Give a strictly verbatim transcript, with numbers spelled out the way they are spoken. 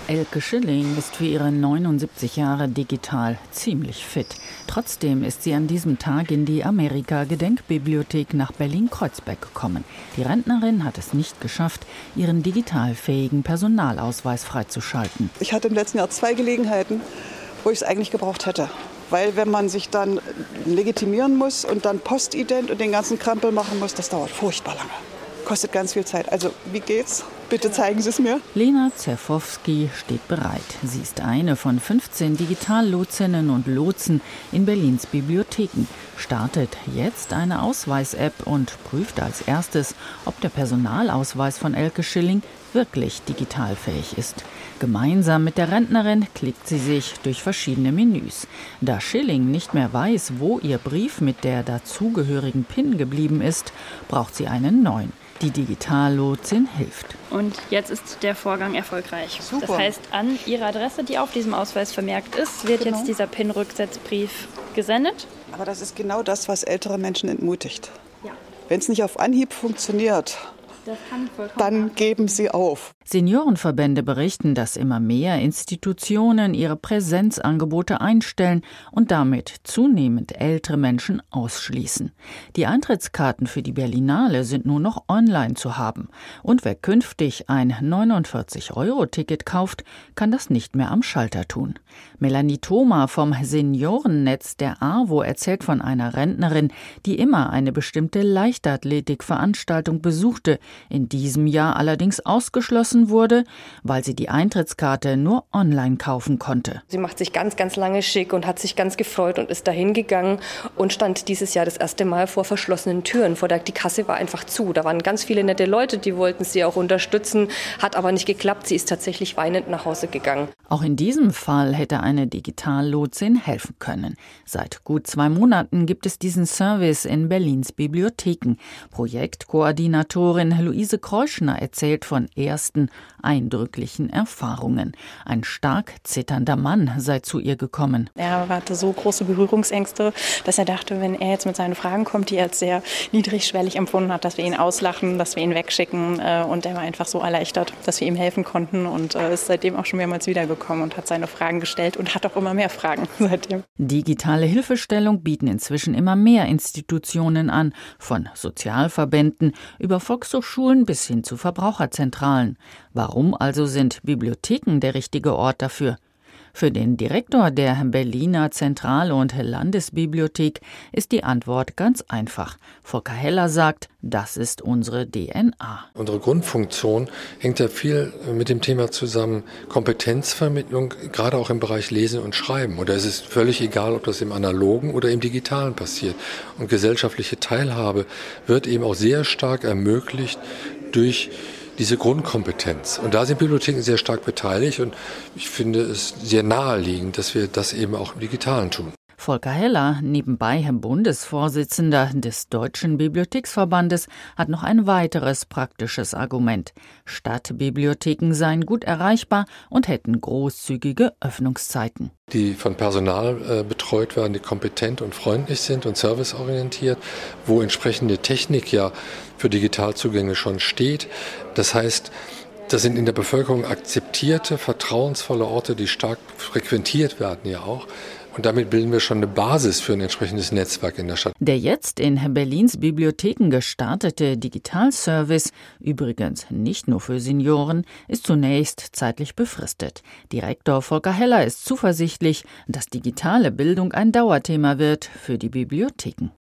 Elke Schilling ist für ihre neunundsiebzig Jahre digital ziemlich fit. Trotzdem ist sie an diesem Tag in die Amerika-Gedenkbibliothek nach Berlin-Kreuzberg gekommen. Die Rentnerin hat es nicht geschafft, ihren digitalfähigen Personalausweis freizuschalten. Ich hatte im letzten Jahr zwei Gelegenheiten, wo ich es eigentlich gebraucht hätte. Weil wenn man sich dann legitimieren muss und dann Postident und den ganzen Krampel machen muss, das dauert furchtbar lange. Kostet ganz viel Zeit. Also wie geht's? Bitte zeigen Sie es mir. Lena Zerfowski steht bereit. Sie ist eine von fünfzehn Digitallotsinnen und Lotsen in Berlins Bibliotheken, startet jetzt eine Ausweis-App und prüft als erstes, ob der Personalausweis von Elke Schilling wirklich digitalfähig ist. Gemeinsam mit der Rentnerin klickt sie sich durch verschiedene Menüs. Da Schilling nicht mehr weiß, wo ihr Brief mit der dazugehörigen PIN geblieben ist, braucht sie einen neuen. Die Digitallotsin hilft. Und jetzt ist der Vorgang erfolgreich. Super. Das heißt, an Ihre Adresse, die auf diesem Ausweis vermerkt ist, wird Genau. jetzt dieser PIN-Rücksetzbrief gesendet. Aber das ist genau das, was ältere Menschen entmutigt. Ja. Wenn es nicht auf Anhieb funktioniert, Das kann vollkommen dann geben Sie auf. Seniorenverbände berichten, dass immer mehr Institutionen ihre Präsenzangebote einstellen und damit zunehmend ältere Menschen ausschließen. Die Eintrittskarten für die Berlinale sind nur noch online zu haben. Und wer künftig ein neunundvierzig-Euro-Ticket kauft, kann das nicht mehr am Schalter tun. Melanie Thoma vom Seniorennetz der AWO erzählt von einer Rentnerin, die immer eine bestimmte Leichtathletikveranstaltung besuchte, in diesem Jahr allerdings ausgeschlossen wurde, weil sie die Eintrittskarte nur online kaufen konnte. Sie macht sich ganz, ganz lange schick und hat sich ganz gefreut und ist dahin gegangen und stand dieses Jahr das erste Mal vor verschlossenen Türen. Vor der, die Kasse war einfach zu. Da waren ganz viele nette Leute, die wollten sie auch unterstützen, hat aber nicht geklappt. Sie ist tatsächlich weinend nach Hause gegangen. Auch in diesem Fall hätte eine Digitallotsin helfen können. Seit gut zwei Monaten gibt es diesen Service in Berlins Bibliotheken. Projektkoordinatorin Luise Kreuschner erzählt von ersten eindrücklichen Erfahrungen. Ein stark zitternder Mann sei zu ihr gekommen. Er hatte so große Berührungsängste, dass er dachte, wenn er jetzt mit seinen Fragen kommt, die er als sehr niedrigschwellig empfunden hat, dass wir ihn auslachen, dass wir ihn wegschicken. Und er war einfach so erleichtert, dass wir ihm helfen konnten und ist seitdem auch schon mehrmals wiedergekommen und hat seine Fragen gestellt und hat auch immer mehr Fragen seitdem. Digitale Hilfestellung bieten inzwischen immer mehr Institutionen an, von Sozialverbänden über Volkshochschulen bis hin zu Verbraucherzentralen. Warum also sind Bibliotheken der richtige Ort dafür? Für den Direktor der Berliner Zentral- und Landesbibliothek ist die Antwort ganz einfach. Volker Heller sagt, das ist unsere D N A. Unsere Grundfunktion hängt ja viel mit dem Thema zusammen, Kompetenzvermittlung, gerade auch im Bereich Lesen und Schreiben. Und da ist es völlig egal, ob das im Analogen oder im Digitalen passiert. Und gesellschaftliche Teilhabe wird eben auch sehr stark ermöglicht durch diese Grundkompetenz. Und da sind Bibliotheken sehr stark beteiligt und ich finde es sehr naheliegend, dass wir das eben auch im Digitalen tun. Volker Heller, nebenbei Bundesvorsitzender des Deutschen Bibliotheksverbandes, hat noch ein weiteres praktisches Argument. Stadtbibliotheken seien gut erreichbar und hätten großzügige Öffnungszeiten. Die von Personal äh, betreut werden, die kompetent und freundlich sind und serviceorientiert, wo entsprechende Technik ja für Digitalzugänge schon steht. Das heißt, das sind in der Bevölkerung akzeptierte, vertrauensvolle Orte, die stark frequentiert werden ja auch. Und damit bilden wir schon eine Basis für ein entsprechendes Netzwerk in der Stadt. Der jetzt in Berlins Bibliotheken gestartete Digitalservice, übrigens nicht nur für Senioren, ist zunächst zeitlich befristet. Direktor Volker Heller ist zuversichtlich, dass digitale Bildung ein Dauerthema wird für die Bibliotheken.